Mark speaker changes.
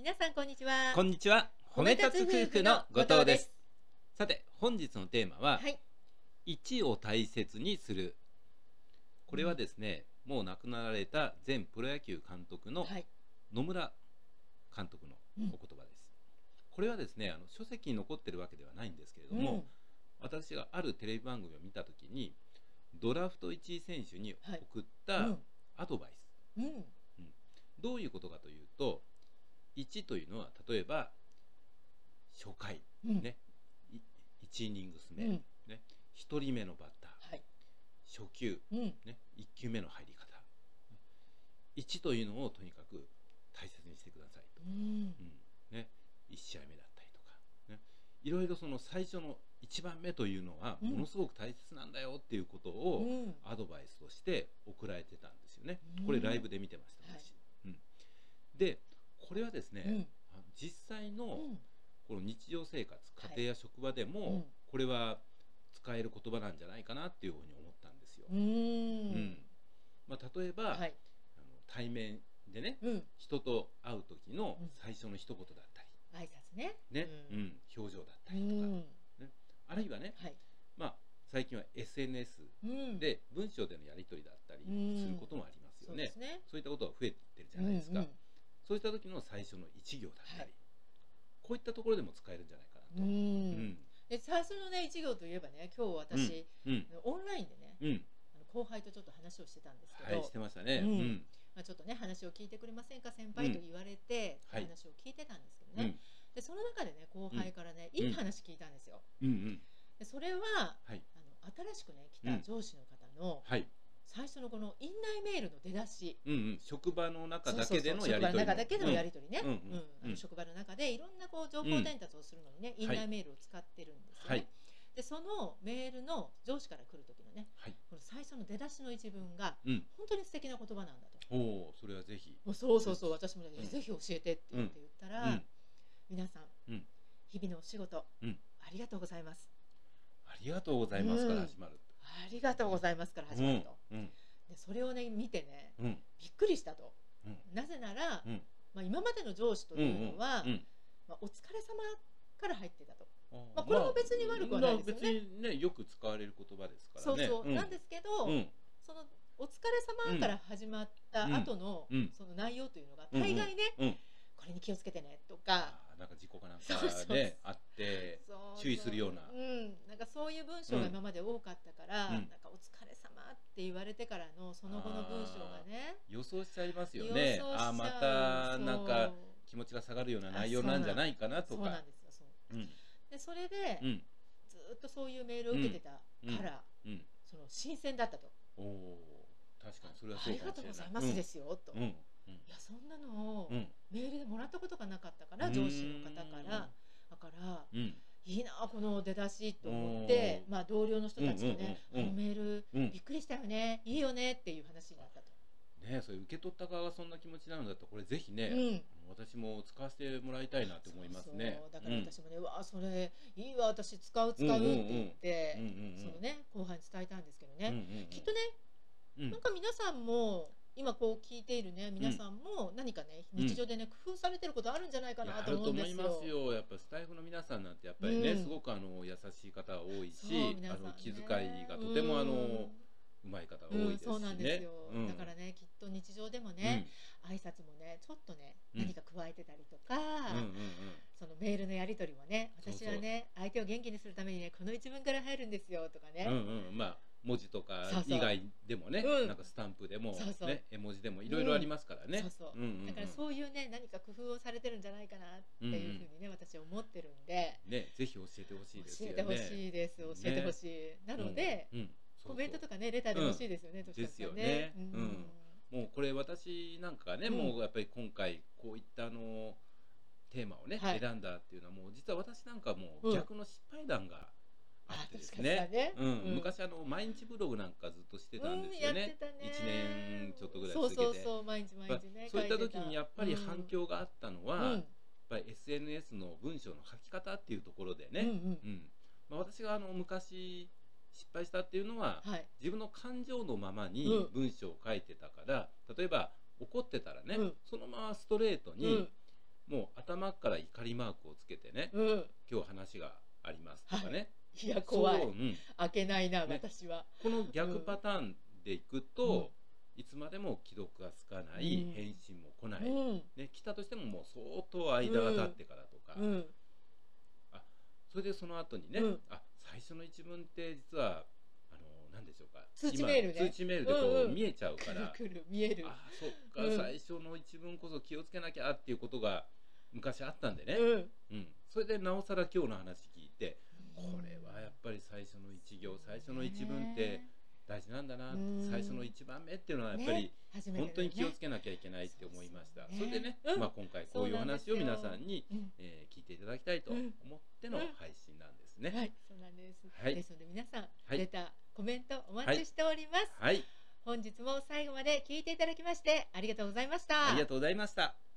Speaker 1: 皆さんこんにちは。
Speaker 2: こんにちは。褒め立つ夫婦の後藤です。さて、本日のテーマは、
Speaker 1: はい。
Speaker 2: 1を大切にする。これはですね、もう亡くなられた前プロ野球監督の
Speaker 1: はい。
Speaker 2: 野村監督のお言葉です。これはですね、書籍に残ってるわけではないんですけれども、私があるテレビ番組を見たときに、ドラフト1位選手に送ったアドバイス。どういうことかというと、1というのは例えば初回、ね、1イニングス目、ね、1人目のバッター、初球、ね、1球目の入り方、1というのをとにかく大切にしてくださいと、ね、1試合目だったりとか、ね、いろいろその最初の1番目というのはものすごく大切なんだよっていうことをアドバイスとして送られてたんですよね。これライブで見てました私。でこれはですね、実際のこの日常生活、家庭や職場でもこれは使える言葉なんじゃないかなっていうふうに思ったんですよ。例えば、対面でね、人と会う時の最初の一言だった
Speaker 1: り、挨拶ね、
Speaker 2: 表情だったりとか、あるいはね、最近は SNS で文章でのやり取りだったりすることもありますよね。そういったことが増えてるじゃないですか。そういった時の最初の一行だったり、こういったところでも使えるんじゃないかなと。
Speaker 1: で最初のね一行といえばね、今日私、オンラインでね、後輩とちょっと話をしてたんですけど、
Speaker 2: してましたね。
Speaker 1: ちょっとね話を聞いてくれませんか先輩と言われて話を聞いてたんですけどね、でその中でね後輩からねいい話聞いたんですよ。でそれは新しくね来た上司の方の最初のこの院内メールの出だし、
Speaker 2: 職場の中だけでのやり取り、
Speaker 1: 職場の中だけのやり取りね、職場の中でいろんなこう情報伝達をするのにね、院内メールを使ってるんですよね。でそのメールの上司から来る時のね、この最初の出だしの一文が本当に素敵な言葉なんだと。
Speaker 2: それはぜひ。
Speaker 1: そう私もねぜひ教えてって言ったら、皆さん日々のお仕事ありがとうございます。
Speaker 2: ありがとうございますから始まる。
Speaker 1: ありがとうございますから始まると。でそれをね見てね、びっくりしたと。なぜなら、今までの上司というのは、お疲れ様から入ってたと。これも別に悪くはないですよね。
Speaker 2: 別にねよく使われる言葉ですからね。
Speaker 1: なんですけど、そのお疲れ様から始まった後のその内容というのが大概ね、これに気をつけてねとか、
Speaker 2: なんか事故かなんかねあって注意するような、
Speaker 1: なんかそういう文章が今まで多かったから、なんかお疲れ様って言われてからのその後の文章がね
Speaker 2: 予想しちゃいますよね。またなんか気持ちが下がるような内容なんじゃないかなとか。
Speaker 1: そうなんですよ。でそれでずっとそういうメールを受けてたからその新鮮だったと。
Speaker 2: 確かにそれはそうかもしれない。
Speaker 1: ありがとうございますですよと。いやそんなのをメールでもらったことがなかったから上司の方からだからいいなこの出だしと思って、同僚の人たちとねあのメールびっくりしたよねいいよねっていう話になったと。
Speaker 2: それ受け取った側がそんな気持ちなのだったらこれぜひね私も使わせてもらいたいなと思いますね。
Speaker 1: だから私もねわそれいいわ私使うって言ってそのね後輩に伝えたんですけどね、きっとねなんか皆さんも今こう聞いているね皆さんも何かね日常でね工夫されてることあるんじゃないかなと思うんですよ。
Speaker 2: あると思いますよ。やっぱスタイフの皆さんなんてやっぱりねすごく優しい方が多いし気遣いがとてもうまい方が多いですしね。
Speaker 1: そうなんですよ。だからねきっと日常でもね挨拶もねちょっとね何か加えてたりとか、そのメールのやり取りもね私はね相手を元気にするためにねこの一文から入るんですよとかね。
Speaker 2: 文字とか以外でもねなんかスタンプでもね絵文字でもいろいろありますからね。だからそういうね何か工夫をされてるんじゃないかなっていうふうにね私は思ってるんでぜひ教えてほしいですよね。
Speaker 1: 教えてほしいです。教えてほしい。なのでコメントとかねレターで欲しいですよね。
Speaker 2: ですよね。もうこれ私なんかがねもうやっぱり今回こういったテーマをね選んだっていうのはもう実は私なんかもう逆の失敗談があってですね。昔毎日ブログなんかずっとしてたんですよね。1年ちょっとぐらい続けて。
Speaker 1: 毎日ね。
Speaker 2: そういった時にやっぱり反響があったのはやっぱり SNS の文章の書き方っていうところでね。私が昔失敗したっていうのは自分の感情のままに文章を書いてたから、例えば怒ってたらねそのままストレートにもう頭から怒りマークをつけてね、今日話がありますとかね、
Speaker 1: いや怖い、開けないな、私は。
Speaker 2: この逆パターンでいくと、いつまでも既読がつかない、返信も来ない、来たとしてももう相当間が経ってからとか、それでその後にね、最初の一文って実は何でしょうか、
Speaker 1: 通知メールね、
Speaker 2: 通知メールでこう見えちゃうから、
Speaker 1: 見える、
Speaker 2: そっか、最初の一文こそ気をつけなきゃっていうことが昔あったんでね、それでなおさら今日の話聞いて、これはやっぱり最初の一行、最初の一文って大事なんだな、最初の一番目っていうのはやっぱり本当に気をつけなきゃいけないって思いました。それでね、今回こういうお話を皆さんに聞いていただきたいと思っての配信なんですね。
Speaker 1: はい、そうなんです。ですので皆さん、レター、コメントお待ちしております。本日も最後まで聞いていただきましてありがとうございました。
Speaker 2: ありがとうございました。